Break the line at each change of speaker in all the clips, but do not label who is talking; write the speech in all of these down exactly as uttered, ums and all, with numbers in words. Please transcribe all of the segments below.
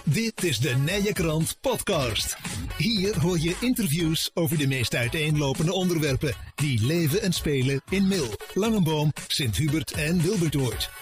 Dit is de Nije Krant podcast. Hier hoor je interviews over de meest uiteenlopende onderwerpen die leven en spelen in Mil, Langenboom, Sint-Hubert en Wilbertoord.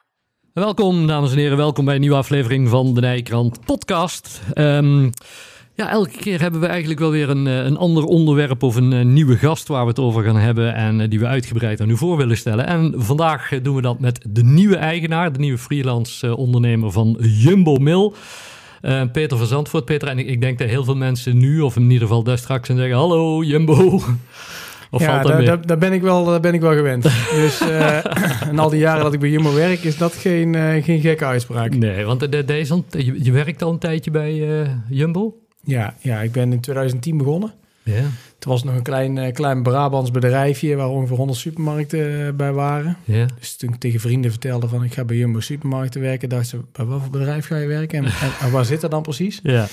Welkom dames en heren, welkom bij een nieuwe aflevering van de Nije Krant podcast. Um, ja, elke keer hebben we eigenlijk wel weer een, een ander onderwerp of een, een nieuwe gast waar we het over gaan hebben en uh, die we uitgebreid aan u voor willen stellen. En vandaag uh, doen we dat met de nieuwe eigenaar, de nieuwe freelance uh, ondernemer van Jumbo Mil. Uh, Peter van Zandvoort. Peter, en ik, ik denk dat heel veel mensen nu, of in ieder geval daar straks, en zeggen: hallo Jumbo. Of
ja,
valt dat
daar,
mee?
daar, daar, ben ik wel, daar ben ik wel gewend. Dus uh, en al die jaren dat ik bij Jumbo werk, is dat geen, uh, geen gekke uitspraak.
Nee, want de, deze, je, je werkt al een tijdje bij uh, Jumbo?
Ja, ja, ik ben in twintig tien begonnen.
Ja.
Toen was het nog een klein, uh, klein Brabants bedrijfje waar ongeveer honderd supermarkten uh, bij waren. Ja. Dus toen ik tegen vrienden vertelde van ik ga bij Jumbo supermarkten werken, dachten ze: bij wat voor bedrijf ga je werken en, en, en waar zit dat dan precies? Ja.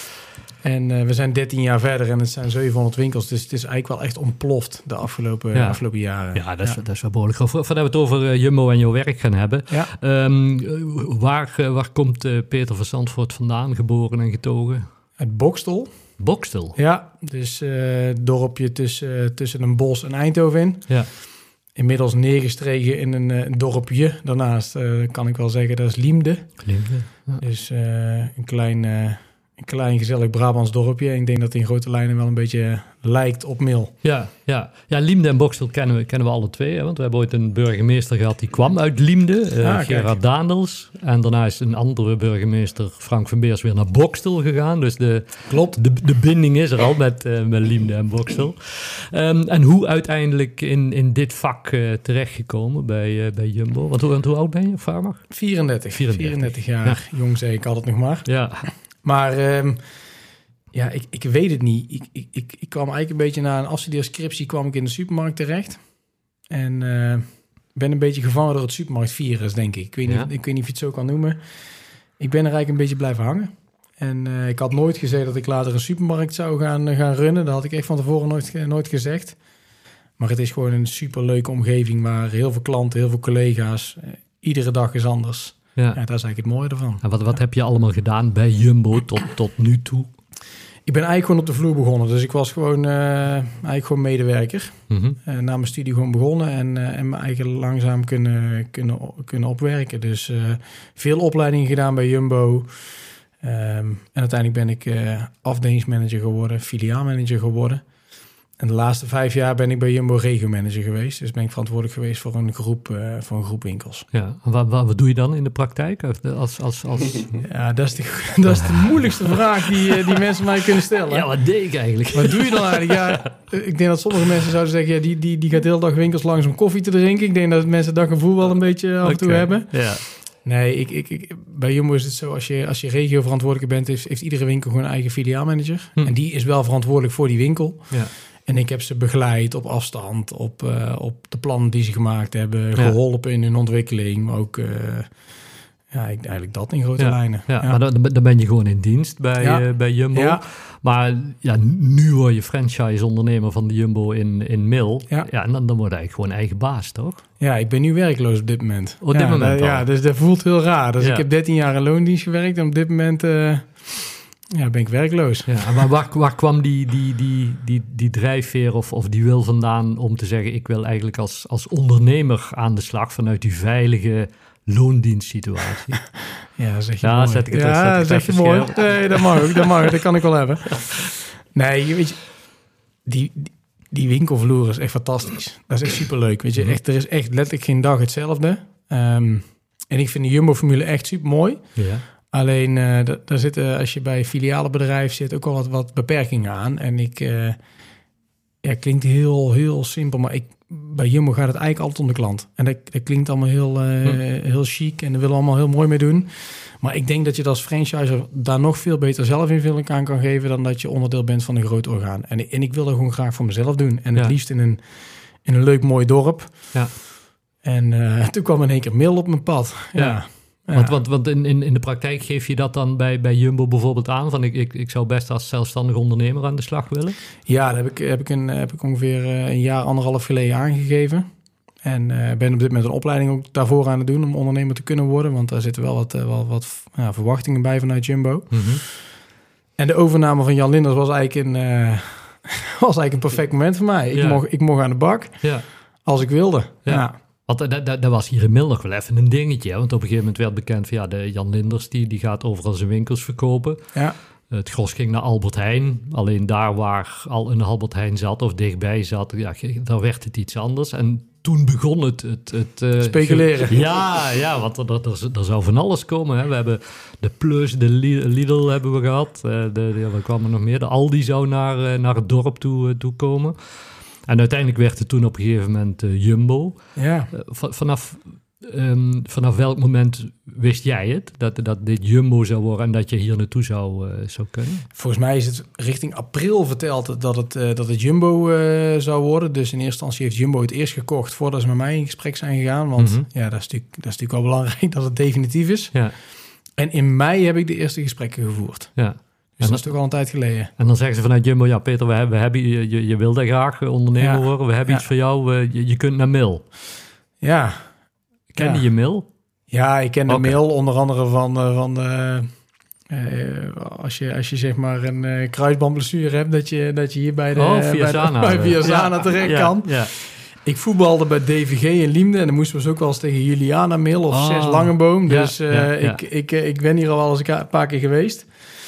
En uh, we zijn dertien jaar verder en het zijn zevenhonderd winkels. Dus het is eigenlijk wel echt ontploft de afgelopen, ja. afgelopen jaren.
Ja, dat is, ja. dat is wel behoorlijk. Voordat we het over uh, Jumbo en jouw werk gaan hebben. Ja. Um, waar, uh, waar komt uh, Peter van Zandvoort vandaan, geboren en getogen?
Uit Bokstel.
Bokstel?
Ja, dus uh, dorpje tussen, uh, tussen een bos en Eindhoven in. Ja. Inmiddels neergestreken in een, uh, een dorpje. Daarnaast uh, kan ik wel zeggen, dat is Liemde.
Liemde, ja.
Dus uh, een klein... Uh, Een klein gezellig Brabants dorpje. En ik denk dat het in grote lijnen wel een beetje lijkt op Mil.
Ja, ja. ja Liemde en Bokstel kennen we, kennen we alle twee. Hè? Want we hebben ooit een burgemeester gehad die kwam uit Liemde. Uh, ah, Gerard Daendels. En daarna is een andere burgemeester, Frank van Beers, weer naar Bokstel gegaan. Dus de, Klopt. de, de binding is er al met, uh, met Liemde en Bokstel. Um, en hoe uiteindelijk in, in dit vak uh, terechtgekomen bij, uh, bij Jumbo? Want hoe, hoe oud ben je, Farmer?
vierendertig. vierendertig jaar. Ja. Jong zei ik altijd nog maar.
Ja.
Maar um, ja, ik, ik weet het niet. Ik, ik, ik, ik kwam eigenlijk een beetje na een afstudeerscriptie kwam ik in de supermarkt terecht. En uh, ben een beetje gevangen door het supermarktvirus, denk ik. Ik weet, ja. niet, ik weet niet of je het zo kan noemen. Ik ben er eigenlijk een beetje blijven hangen. En uh, ik had nooit gezegd dat ik later een supermarkt zou gaan, uh, gaan runnen. Dat had ik echt van tevoren nooit, nooit gezegd. Maar het is gewoon een superleuke omgeving waar heel veel klanten, heel veel collega's. Uh, iedere dag is anders. Ja. ja, dat is eigenlijk het mooie ervan.
En wat, wat heb je allemaal gedaan bij Jumbo tot, tot nu toe?
Ik ben eigenlijk gewoon op de vloer begonnen. Dus ik was gewoon, uh, eigenlijk gewoon medewerker. Mm-hmm. Uh, na mijn studie gewoon begonnen en, uh, en me eigen langzaam kunnen, kunnen, kunnen opwerken. Dus uh, veel opleidingen gedaan bij Jumbo. Um, en uiteindelijk ben ik uh, afdelingsmanager geworden, filiaalmanager geworden. En de laatste vijf jaar ben ik bij Jumbo regio-manager geweest. Dus ben ik verantwoordelijk geweest voor een groep, uh, voor een groep winkels.
Ja, wat, wat, wat doe je dan in de praktijk? Als, als, als...
Ja, dat is de, dat is de moeilijkste vraag die, die mensen mij kunnen stellen.
Ja, wat deed ik eigenlijk?
Wat doe je dan eigenlijk? Ja, ik denk dat sommige mensen zouden zeggen, ja, die, die, die gaat de hele dag winkels langs om koffie te drinken. Ik denk dat mensen dat gevoel wel een beetje af en toe okay. hebben. Ja. Nee, ik, ik, ik, bij Jumbo is het zo, als je, als je regio-verantwoordelijke bent, heeft, heeft iedere winkel gewoon een eigen filiaalmanager. Hm. En die is wel verantwoordelijk voor die winkel. Ja. En ik heb ze begeleid op afstand, op, uh, op de plannen die ze gemaakt hebben, geholpen ja. in hun ontwikkeling. Maar ook, uh, ja, eigenlijk dat in grote ja. lijnen.
Ja, ja. Maar dan, dan ben je gewoon in dienst bij, ja. uh, bij Jumbo. Ja. Maar ja, nu word je franchise-ondernemer van de Jumbo in, in Mil. Ja. Ja, en dan, dan word je eigenlijk gewoon eigen baas, toch?
Ja, ik ben nu werkloos op dit moment.
Op dit
ja,
moment
dat, Ja, dus dat voelt heel raar. Dus ja. ik heb dertien jaar in loondienst gewerkt en op dit moment... Uh, Ja, ben ik werkloos.
Ja, maar waar, waar kwam die, die, die, die, die drijfveer of, of die wil vandaan om te zeggen... ik wil eigenlijk als, als ondernemer aan de slag vanuit die veilige loondienstsituatie?
Ja, zeg je
ja,
mooi.
Zet ik het,
ja,
zet ik
zeg je mooi. Nee, dat mag ook, dat mag ook, dat kan ik wel hebben. Nee, weet je, die, die, die winkelvloer is echt fantastisch. Dat is echt superleuk, weet je. Echt, er is echt letterlijk geen dag hetzelfde. Um, en ik vind de Jumbo-formule echt super mooi. Ja. Alleen, uh, d- daar zitten, als je bij een filialenbedrijf zit, ook wel wat, wat beperkingen aan. En ik, uh, ja, klinkt heel, heel simpel, maar ik, bij Jumbo gaat het eigenlijk altijd om de klant. En dat, dat klinkt allemaal heel, uh, hm. heel chic en daar willen we allemaal heel mooi mee doen. Maar ik denk dat je als franchiser daar nog veel beter zelf invulling aan kan geven dan dat je onderdeel bent van een groot orgaan. En, en ik wil dat gewoon graag voor mezelf doen. En het ja. liefst in een, in een leuk, mooi dorp. Ja. En uh, toen kwam in één keer Mil op mijn pad. Ja. ja.
Ja. Want, want, want in, in, in de praktijk geef je dat dan bij, bij Jumbo bijvoorbeeld aan? Van ik, ik, ik zou best als zelfstandig ondernemer aan de slag willen?
Ja, dat heb ik, heb ik, een, heb ik ongeveer een jaar, anderhalf geleden aangegeven. En uh, ben op dit moment een opleiding ook daarvoor aan het doen om ondernemer te kunnen worden. Want daar zitten wel wat, uh, wel wat ja, verwachtingen bij vanuit Jumbo.
Mm-hmm.
En de overname van Jan Linders was eigenlijk een, uh, was eigenlijk een perfect moment voor mij. Ik,
ja.
mocht, ik mocht aan de bak
ja.
als ik wilde.
Ja.
Ja.
Want dat, dat, dat was hier in Mil nog wel even een dingetje. Hè? Want op een gegeven moment werd bekend van ja, de Jan Linders die, die gaat overal zijn winkels verkopen.
Ja.
Het gros ging naar Albert Heijn. Alleen daar waar al een Albert Heijn zat of dichtbij zat, ja, daar werd het iets anders. En toen begon het... het, het uh,
Speculeren.
Ge- ja, ja, want er, er, er, er zou van alles komen. Hè. We hebben de Plus, de Lidl hebben we gehad. Uh, de, de, wat kwam er nog meer? De Aldi zou naar, uh, naar het dorp toe, uh, toe komen. En uiteindelijk werd het toen op een gegeven moment uh, Jumbo.
Ja.
Uh, v- vanaf... Um, vanaf welk moment wist jij het? Dat, dat dit Jumbo zou worden en dat je hier naartoe zou, uh, zou kunnen?
Volgens mij is het richting april verteld dat het, uh, dat het Jumbo uh, zou worden. Dus in eerste instantie heeft Jumbo het eerst gekocht voordat ze met mij in gesprek zijn gegaan. Want mm-hmm. ja, dat is, natuurlijk, dat is natuurlijk wel belangrijk dat het definitief is.
Ja.
En in mei heb ik de eerste gesprekken gevoerd.
Ja.
Dus en dat is toch al een tijd geleden.
En dan zeggen ze vanuit Jumbo, ja Peter, we hebben, we hebben, je, je wil daar graag ondernemer ja. worden. We hebben ja. iets voor jou, uh, je, je kunt naar Mil.
Ja.
Kende
ja.
je Mil?
Ja, ik ken de okay. Mil onder andere van, uh, van uh, uh, als, je, als je zeg maar een uh, kruisbandblessure hebt, dat je, dat je hier bij de
oh, Viasana,
bij, de, bij Viasana
ja.
terecht
ja.
kan.
Ja.
Ik voetbalde bij D V G in Liemde en dan moesten we dus ook wel eens tegen Juliana Mil of oh. Zes Langenboom. Dus ja, uh, ja, ja. Ik, ik, ik ben hier al wel eens een paar keer geweest.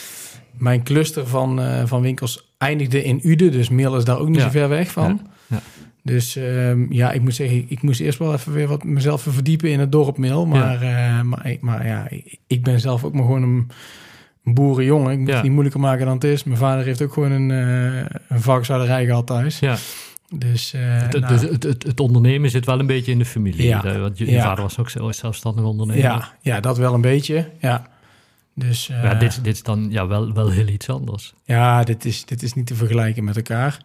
Mijn cluster van, uh, van winkels eindigde in Uden, dus Mil is daar ook niet ja. zo ver weg van.
Ja. Ja.
Dus um, ja, ik moet zeggen, ik moest eerst wel even weer wat mezelf verdiepen in het dorp Mil. Maar, ja. Uh, maar, maar ja, ik ben zelf ook maar gewoon een, een boerenjongen. Ik moet ja. het niet moeilijker maken dan het is. Mijn vader heeft ook gewoon een, uh, een varkenshouderij gehad thuis.
Ja.
Dus, uh,
het,
nou,
dus het, het, het ondernemen zit wel een beetje in de familie.
Ja.
De, want je, je
ja.
vader was ook zelfstandig ondernemer.
Ja, ja, dat wel een beetje, ja. Dus, uh,
ja, dit, dit is dan ja, wel, wel heel iets anders.
Ja, dit is, dit is niet te vergelijken met elkaar.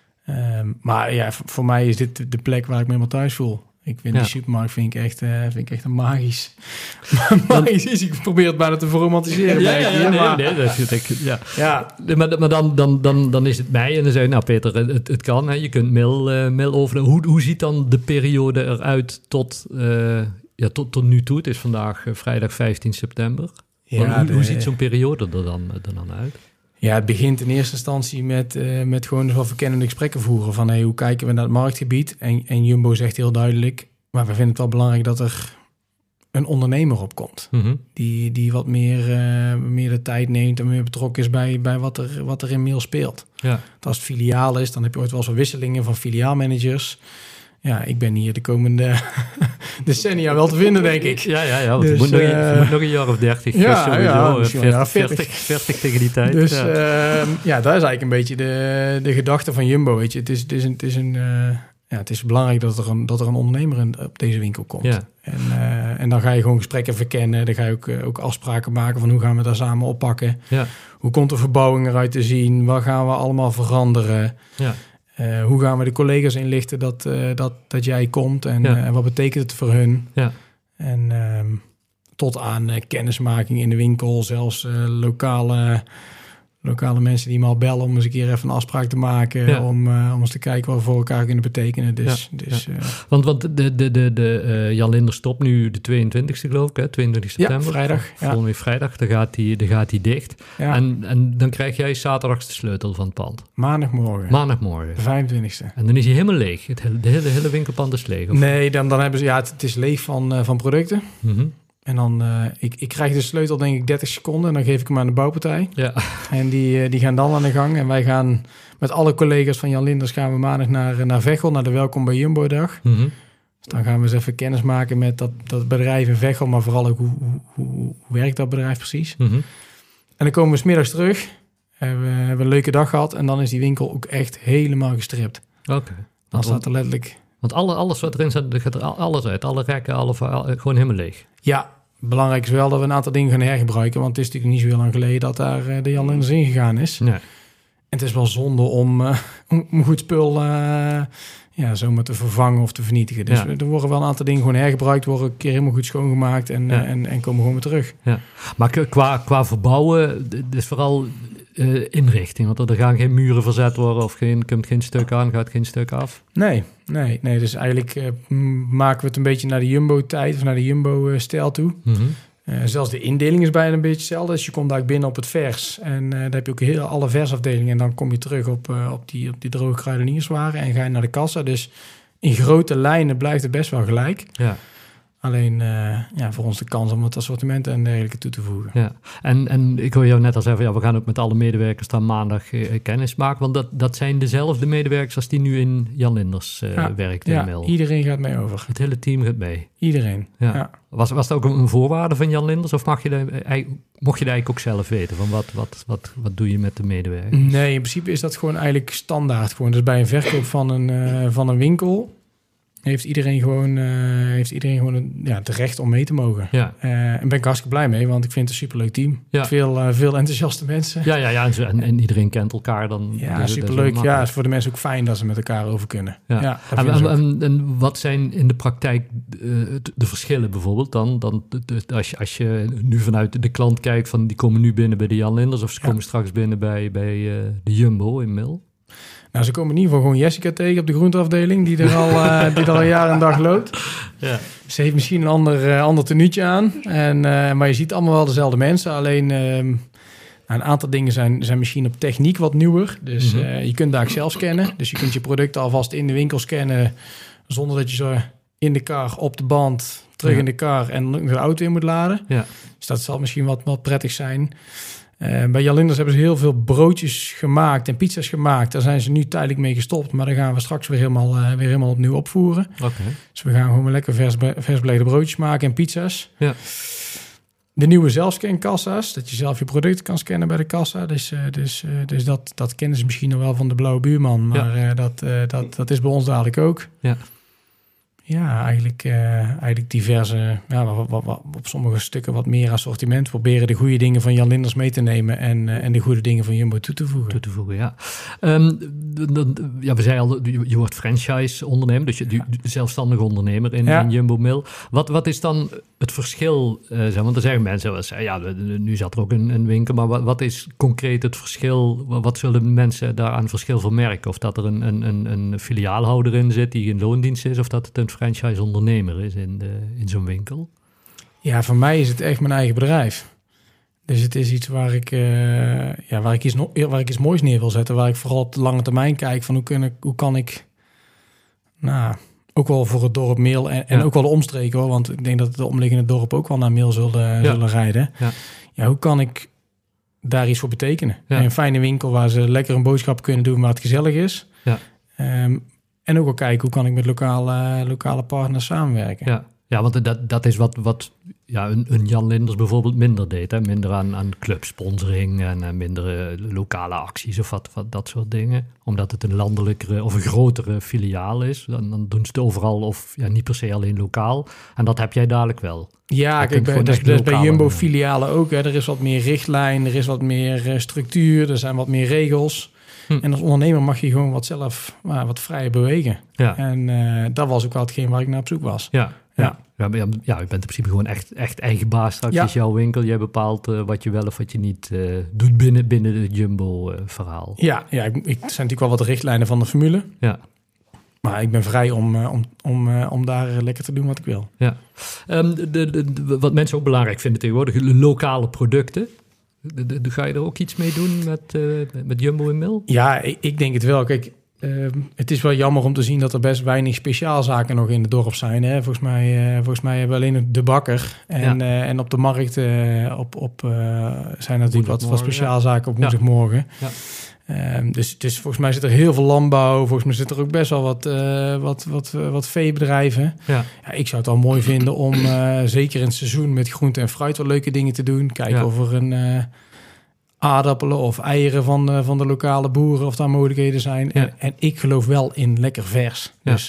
Um, maar ja, voor, voor mij is dit de plek waar ik me helemaal thuis voel. Ik vind ja. die supermarkt vind ik echt, uh, vind ik echt een magisch. magisch is. Ik probeer het bijna te verromantiseren.
Ja, ja, ja, nee,
maar,
nee, dat is, ik, ja.
ja.
Maar, maar dan, dan, dan, dan is het mei en dan zeg je, nou Peter, het, het kan. Hè, je kunt mail, uh, mail over. Hoe, hoe ziet dan de periode eruit tot, uh, ja, tot, tot nu toe? Het is vandaag uh, vrijdag vijftien september. Ja, hoe, de, hoe ziet zo'n periode er dan, er dan uit?
Ja, het begint in eerste instantie met, uh, met gewoon dus wel verkennende gesprekken voeren. Van hey, hoe kijken we naar het marktgebied? En, en Jumbo zegt heel duidelijk, maar we vinden het wel belangrijk dat er een ondernemer op komt.
Mm-hmm.
Die, die wat meer, uh, meer de tijd neemt en meer betrokken is bij, bij wat, er, wat er in Mil speelt.
Ja.
Als het filiaal is, dan heb je ooit wel eens wat wisselingen van filiaalmanagers. Ja, ik ben hier de komende decennia wel te vinden, denk ik.
Ja, ja, ja. Want
dus,
je, moet nog,
uh,
je moet nog een jaar of dertig.
Ja,
sowieso,
ja,
veertig,
ja veertig.
veertig tegen die tijd.
Dus
ja,
uh, ja dat is eigenlijk een beetje de, de gedachte van Jumbo, weet je. Het is, het is, een, het is, een, uh, ja, het is belangrijk dat er een, dat er een ondernemer in, op deze winkel komt.
Ja.
En, uh, en dan ga je gewoon gesprekken verkennen. Dan ga je ook, uh, ook afspraken maken van hoe gaan we daar samen oppakken.
Ja.
Hoe komt de verbouwing eruit te zien? Wat gaan we allemaal veranderen?
Ja.
Uh, hoe gaan we de collega's inlichten dat, uh, dat, dat jij komt en,
ja.
uh, en wat betekent het voor hun?
Ja.
En uh, tot aan uh, kennismaking in de winkel, zelfs uh, lokale, lokale mensen die me al bellen om eens een keer even een afspraak te maken, ja. om, uh, om eens te kijken wat we voor elkaar kunnen betekenen. Dus, ja. Dus,
ja.
uh,
want, want de, de, de, de uh, Jan Linders stopt nu de tweeëntwintigste geloof ik, hè? tweeëntwintig september.
Ja, vrijdag.
Volgende week vrijdag, dan gaat hij dan gaat hij dicht.
Ja.
En, en dan krijg jij zaterdags de sleutel van het pand.
Maandagmorgen.
Maandagmorgen.
De vijfentwintigste.
En dan is hij helemaal leeg. Het hele, de hele, hele winkelpand is leeg. Of?
Nee, dan, dan hebben ze, ja, het, het is leeg van, uh, van producten.
Mm-hmm.
En dan, uh, ik, ik krijg de sleutel denk ik dertig seconden en dan geef ik hem aan de bouwpartij.
Ja.
En die, uh, die gaan dan aan de gang. En wij gaan met alle collega's van Jan Linders gaan we maandag naar, naar Veghel, naar de Welkom bij Jumbo dag.
Mm-hmm.
Dus dan gaan we eens even kennis maken met dat, dat bedrijf in Veghel, maar vooral ook hoe, hoe, hoe, hoe werkt dat bedrijf precies.
Mm-hmm.
En dan komen we 's middags terug, hebben we hebben een leuke dag gehad en dan is die winkel ook echt helemaal gestript.
Oké. Okay.
Dan staat er letterlijk...
Want alle, alles wat erin staat, er gaat er alles uit. Alle rekken, alle, alle, gewoon helemaal leeg.
Ja, belangrijk is wel dat we een aantal dingen gaan hergebruiken. Want het is natuurlijk niet zo heel lang geleden dat daar uh, de Jan Linders in gegaan is.
Nee.
En het is wel zonde om, uh, om, om goed spul uh, ja, zomaar te vervangen of te vernietigen. Dus ja. er worden wel een aantal dingen gewoon hergebruikt. Worden een keer helemaal goed schoongemaakt en, ja. uh, en, en komen gewoon weer terug.
Ja. Maar qua, qua verbouwen, het is vooral... uh, inrichting? Want er gaan geen muren verzet worden of geen, komt geen stuk aan, gaat geen stuk af?
Nee, nee, nee. Dus eigenlijk uh, maken we het een beetje naar de Jumbo-tijd of naar de Jumbo-stijl toe. Mm-hmm. Uh, zelfs de indeling is bijna een beetje hetzelfde. Dus je komt daar binnen op het vers. En uh, dan heb je ook heel, alle versafdelingen. En dan kom je terug op, uh, op, die, op die droge kruidenierswaren en ga je naar de kassa. Dus in grote lijnen blijft het best wel gelijk. Ja. Alleen uh, ja, voor ons de kans om het assortiment en dergelijke toe te voegen. Ja.
En, en ik hoor jou net al zeggen, ja, we gaan ook met alle medewerkers dan maandag uh, kennis maken. Want dat, dat zijn dezelfde medewerkers als die nu in Jan Linders uh, ja. werkt in
ja,
Mil.
Iedereen gaat mee over.
Het hele team gaat mee?
Iedereen, ja. ja.
Was, was dat ook een voorwaarde van Jan Linders? Of mag je de, mocht je dat eigenlijk ook zelf weten? Van wat, wat, wat, wat doe je met de medewerkers?
Nee, in principe is dat gewoon eigenlijk standaard. Gewoon. Dus bij een verkoop van een, uh, van een winkel... heeft iedereen gewoon, uh, heeft iedereen gewoon een, ja, het recht om mee te mogen. Ja. Uh, en ben ik hartstikke blij mee, want ik vind het een superleuk team. Ja. Veel, uh, veel enthousiaste mensen.
Ja, ja, ja en, en iedereen kent elkaar dan.
Ja, dus, superleuk. Ja, het is voor de mensen ook fijn dat ze met elkaar over kunnen. Ja. Ja,
en, en, en, en wat zijn in de praktijk uh, de, de verschillen bijvoorbeeld dan? dan de, de, als, je, als je nu vanuit de klant kijkt van die komen nu binnen bij de Jan Linders of ze ja. komen straks binnen bij, bij uh, de Jumbo in Mil?
Nou, ze komen in ieder geval gewoon Jessica tegen op de groenteafdeling, die er al, uh, die er al jaar en dag loopt. Ja. Ze heeft misschien een ander, uh, ander tenuutje aan, en, uh, maar je ziet allemaal wel dezelfde mensen. Alleen uh, nou, een aantal dingen zijn, zijn misschien op techniek wat nieuwer. Dus mm-hmm. uh, je kunt daar zelf scannen. Dus je kunt je producten alvast in de winkel scannen, zonder dat je ze in de kar, op de band, terug ja. in de kar en de auto in moet laden. Ja. Dus dat zal misschien wat, wat prettig zijn. Uh, bij Jan Linders hebben ze heel veel broodjes gemaakt en pizza's gemaakt. Daar zijn ze nu tijdelijk mee gestopt, maar dan gaan we straks weer helemaal, uh, weer helemaal opnieuw opvoeren. Okay. Dus we gaan gewoon weer lekker vers, vers belegde broodjes maken en pizza's. Ja. De nieuwe zelfscankassa's, dat je zelf je product kan scannen bij de kassa. Dus, uh, dus, uh, dus dat, dat kennen ze misschien nog wel van de blauwe buurman, maar ja. uh, dat, uh, dat, dat is bij ons dadelijk ook. Ja. Ja, eigenlijk, uh, eigenlijk diverse, ja, wat, wat, wat, op sommige stukken wat meer assortiment. Proberen de goede dingen van Jan Linders mee te nemen en, uh, en de goede dingen van Jumbo toe te voegen. Toe
te voegen, ja. Um, dan, ja, we zeiden al, je wordt franchise-ondernemer, dus je ja. zelfstandig ondernemer in, ja. in Jumbo Mil. Wat, wat is dan het verschil? Uh, zeg, want er zeggen mensen wel eens, ja, nu zat er ook een, een winkel, maar wat, wat is concreet het verschil? Wat zullen mensen daar aan verschil van merken? Of dat er een, een, een, een filiaalhouder in zit die in loondienst is, of dat het een franchise-ondernemer is in, de, in zo'n winkel?
Ja, voor mij is het echt mijn eigen bedrijf. Dus het is iets waar ik, uh, ja, waar ik, iets, no- waar ik iets moois neer wil zetten. Waar ik vooral op de lange termijn kijk van hoe, kun ik, hoe kan ik... Nou, ook wel voor het dorp Mil en, en ja. ook wel de omstreken, hoor. Want ik denk dat de omliggende dorpen ook wel naar Mil zullen, ja. zullen rijden. Ja. Ja, hoe kan ik daar iets voor betekenen? Ja. Een fijne winkel waar ze lekker een boodschap kunnen doen, waar het gezellig is. Ja. Um, En ook al kijken, hoe kan ik met lokale, lokale partners samenwerken?
Ja, ja want dat, dat is wat, wat ja, een, een Jan Linders bijvoorbeeld minder deed. Hè? Minder aan, aan clubsponsoring en uh, minder uh, lokale acties of wat, wat dat soort dingen. Omdat het een landelijkere of een grotere filiaal is. Dan, dan doen ze het overal of ja, niet per se alleen lokaal. En dat heb jij dadelijk wel.
Ja, kijk, bij, dat, dat is bij Jumbo-filialen ook. Hè. Er is wat meer richtlijn, er is wat meer uh, structuur, er zijn wat meer regels. Hm. En als ondernemer mag je gewoon wat zelf, uh, wat vrijer bewegen. Ja. En uh, dat was ook wel hetgeen waar ik naar op zoek was.
Ja, ja. ja. ja, ja je bent in principe gewoon echt, echt eigen baas. Straks ja. is jouw winkel. Jij bepaalt uh, wat je wel of wat je niet uh, doet binnen, binnen het Jumbo-verhaal. Uh,
ja, ja ik, ik, er zijn natuurlijk wel wat richtlijnen van de formule. Ja. Maar ik ben vrij om, uh, om, om, uh, om daar uh, lekker te doen wat ik wil.
Ja. Um, de, de, de, wat mensen ook belangrijk vinden tegenwoordig, lokale producten. De, de, de, ga je er ook iets mee doen met, uh, met Jumbo in Mil?
Ja, ik, ik denk het wel. Kijk, uh, het is wel jammer om te zien dat er best weinig speciaalzaken nog in het dorp zijn. Hè? Volgens mij, uh, volgens mij hebben we alleen de bakker. En, ja. uh, en op de markt uh, op, op, uh, zijn er natuurlijk wat, wat speciaalzaken ja. op woensdagmorgen. Ja. Um, dus, dus volgens mij zit er heel veel landbouw. Volgens mij zit er ook best wel wat, uh, wat, wat, uh, wat veebedrijven. Ja. Ja, ik zou het al mooi vinden om uh, zeker in het seizoen met groente en fruit wat leuke dingen te doen. Kijken ja. of er een uh, aardappelen of eieren van, uh, van de lokale boeren, of daar mogelijkheden zijn. Ja. En, en ik geloof wel in lekker vers. Ja. Dus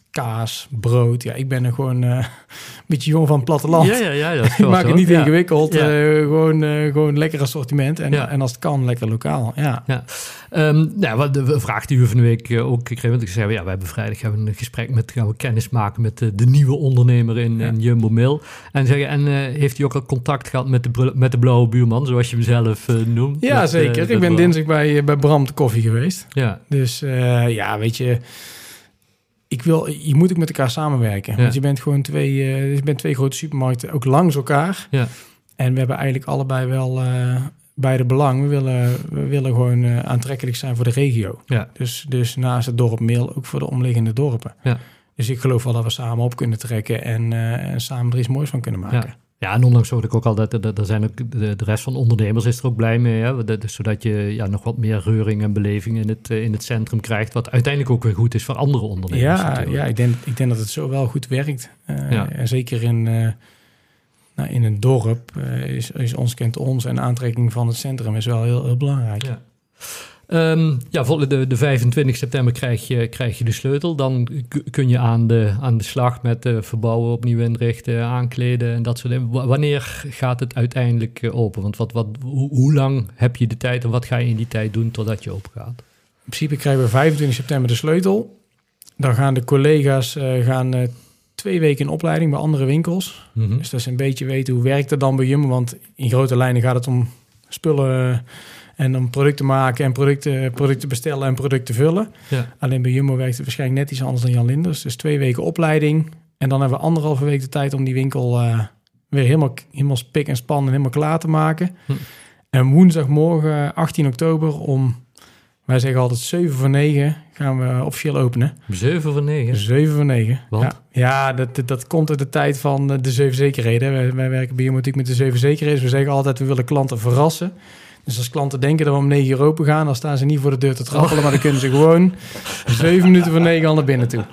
kaas, brood. Ja, ik ben er gewoon uh, een beetje jong van het platteland.
Ja, ja, ja.
Ik maak het niet
ja.
ingewikkeld.
Ja.
Uh, gewoon, uh, gewoon lekker assortiment. En,
ja.
en als het kan, lekker lokaal. Ja.
Ja. Um, nou, wat de vraag die we van de week uh, ook kregen. Want ik zei, ja, we hebben vrijdag hebben we een gesprek met, gaan we kennis maken met de, de nieuwe ondernemer in, ja. in Jumbo Mail. En zeggen, en uh, heeft hij ook al contact gehad met de, met de blauwe buurman, zoals je hem zelf uh, noemt?
Ja,
met,
zeker.
Uh,
ik ben dinsdag bij, bij Bram de koffie geweest.
Ja.
Dus uh, ja, weet je... Ik wil, je moet ook met elkaar samenwerken. Ja. Want je bent gewoon twee, uh, je bent twee grote supermarkten, ook langs elkaar.
Ja.
En we hebben eigenlijk allebei wel uh, beide belang. We willen, we willen gewoon uh, aantrekkelijk zijn voor de regio.
Ja.
Dus, dus naast het dorp Mil ook voor de omliggende dorpen.
Ja.
Dus ik geloof wel dat we samen op kunnen trekken en, uh, en samen er iets moois van kunnen maken.
Ja. Ja, en ondanks hoorde ik ook al dat er, er zijn ook de, de rest van de ondernemers is er ook blij mee. Hè? Dat, zodat je ja, nog wat meer reuring en beleving in het, in het centrum krijgt. Wat uiteindelijk ook weer goed is voor andere ondernemers.
Ja, ja ik, denk, ik denk dat het zo wel goed werkt. Uh, ja. En zeker in, uh, nou, in een dorp uh, is, is ons kent ons. En aantrekking van het centrum is wel heel, heel belangrijk.
Ja. Um, ja, de, de vijfentwintig september krijg je, krijg je de sleutel. Dan k- kun je aan de, aan de slag met uh, verbouwen, opnieuw inrichten, aankleden en dat soort dingen. W- wanneer gaat het uiteindelijk uh, open? Want wat, wat, ho- hoe lang heb je de tijd en wat ga je in die tijd doen totdat je open gaat?
In principe krijgen we vijfentwintig september de sleutel. Dan gaan de collega's uh, gaan, uh, twee weken in opleiding bij andere winkels. Mm-hmm. Dus dat is een beetje weten hoe werkt het dan bij Jumbo. Want in grote lijnen gaat het om spullen... Uh, En om producten maken en producten, producten bestellen en producten vullen. Ja. Alleen bij Jumbo werkt het waarschijnlijk net iets anders dan Jan Linders. Dus twee weken opleiding. En dan hebben we anderhalve week de tijd om die winkel uh, weer helemaal, helemaal spik en span en helemaal klaar te maken. Hm. En woensdagmorgen achttien oktober om, wij zeggen altijd zeven voor negen, gaan we officieel openen.
zeven voor negen?
zeven voor negen.
Want?
Ja, ja dat, dat, dat komt uit de tijd van de zeven zekerheden. Wij, wij werken bij Jumbo natuurlijk met de zeven zekerheden. We zeggen altijd, we willen klanten verrassen. Dus als klanten denken dat we om negen uur open gaan, dan staan ze niet voor de deur te trappelen, oh. maar dan kunnen ze gewoon zeven minuten voor negen al naar binnen toe.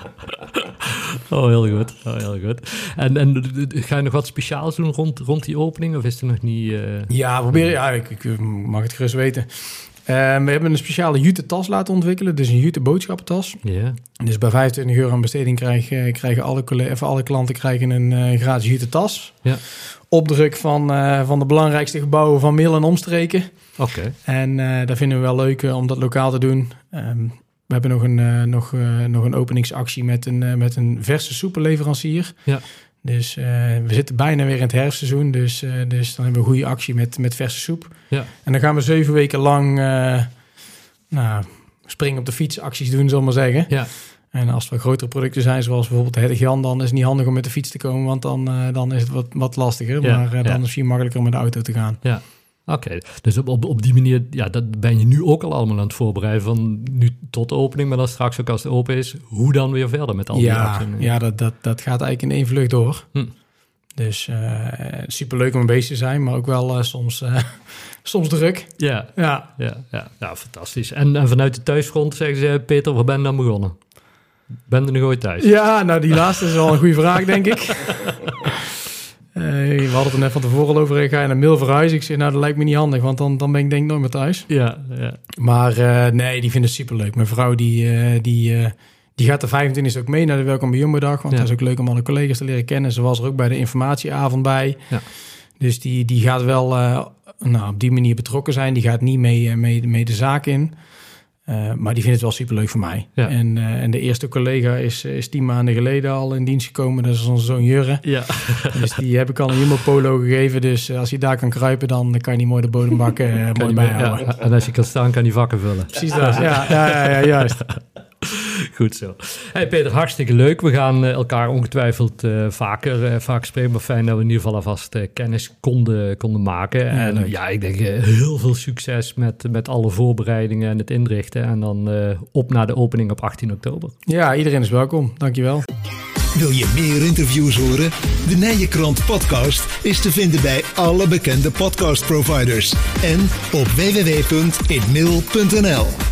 Oh, heel goed. Oh, heel goed. En, en ga je nog wat speciaals doen rond, rond die opening, of is er nog niet... Uh...
Ja, probeer, ja ik, ik mag het gerust weten. Uh, we hebben een speciale jute tas laten ontwikkelen, dus een jute boodschappentas.
Yeah.
Dus bij vijfentwintig euro aan besteding krijgen, krijgen alle, collega, alle klanten krijgen een uh, gratis jute tas.
Ja.
Opdruk van, uh, van de belangrijkste gebouwen van Mil en omstreken.
Oké. Okay.
En uh, dat vinden we wel leuk uh, om dat lokaal te doen. Um, we hebben nog een, uh, nog, uh, nog een openingsactie met een, uh, met een verse soepenleverancier. Ja. Dus uh, we zitten bijna weer in het herfstseizoen. Dus, uh, dus dan hebben we een goede actie met, met verse soep. Ja. En dan gaan we zeven weken lang uh, nou, springen op de fiets acties doen, zullen we maar zeggen. Ja. En als er grotere producten zijn, zoals bijvoorbeeld de Hertog Jan, dan is het niet handig om met de fiets te komen, want dan, uh, dan is het wat, wat lastiger. Ja, maar uh, dan ja. is het misschien makkelijker om met de auto te gaan.
Ja. Oké, okay. Dus op, op, op die manier, ja, dat ben je nu ook al allemaal aan het voorbereiden van nu tot de opening, maar dan straks ook als het open is, hoe dan weer verder met al die
ja,
acties?
Ja, dat, dat, dat gaat eigenlijk in één vlucht door. Hm. Dus uh, superleuk om een bezig te zijn, maar ook wel uh, soms, uh, soms druk.
Ja, ja. Ja, ja, ja, fantastisch. En, en vanuit de thuisfront zeggen ze, Peter, waar ben je dan begonnen? Ben je nog ooit thuis?
Ja, nou die laatste is wel een goede vraag, denk ik. Uh, we hadden het er net van tevoren over, ga je naar Mil verhuizen? Ik zeg, nou dat lijkt me niet handig, want dan, dan ben ik denk ik nooit meer thuis.
Ja, ja.
Maar uh, nee, die vinden het superleuk. Mijn vrouw die, uh, die, uh, die gaat de vijfentwintigste ook mee naar de Welkom bij Jumbo dag, want ja. dat is ook leuk om alle collega's te leren kennen. Ze was er ook bij de informatieavond bij. Ja. Dus die, die gaat wel uh, nou, op die manier betrokken zijn. Die gaat niet mee, mee, mee de zaak in. Uh, maar die vindt het wel superleuk voor mij. Ja. En, uh, en de eerste collega is, is tien maanden geleden al in dienst gekomen. Dat is onze zoon Jurre. Ja. Dus die heb ik al een Jumbo polo gegeven. Dus als hij daar kan kruipen, dan kan je niet mooi de bodembakken uh, mooi bijhouden.
Ja. En als je kan staan, kan hij vakken vullen.
Precies dat, ja, ja, ja, ja, juist.
Goed zo. Hey Peter, hartstikke leuk. We gaan uh, elkaar ongetwijfeld uh, vaker, uh, vaker spreken. Maar fijn dat we in ieder geval alvast uh, kennis konden, konden maken. Ja, en uh, ja, ik denk uh, heel veel succes met, met alle voorbereidingen en het inrichten. En dan uh, op naar de opening op achttien oktober.
Ja, iedereen is welkom. Dankjewel.
Wil je meer interviews horen? De Nijenkrant podcast is te vinden bij alle bekende podcastproviders. En op w w w punt inmail punt n l.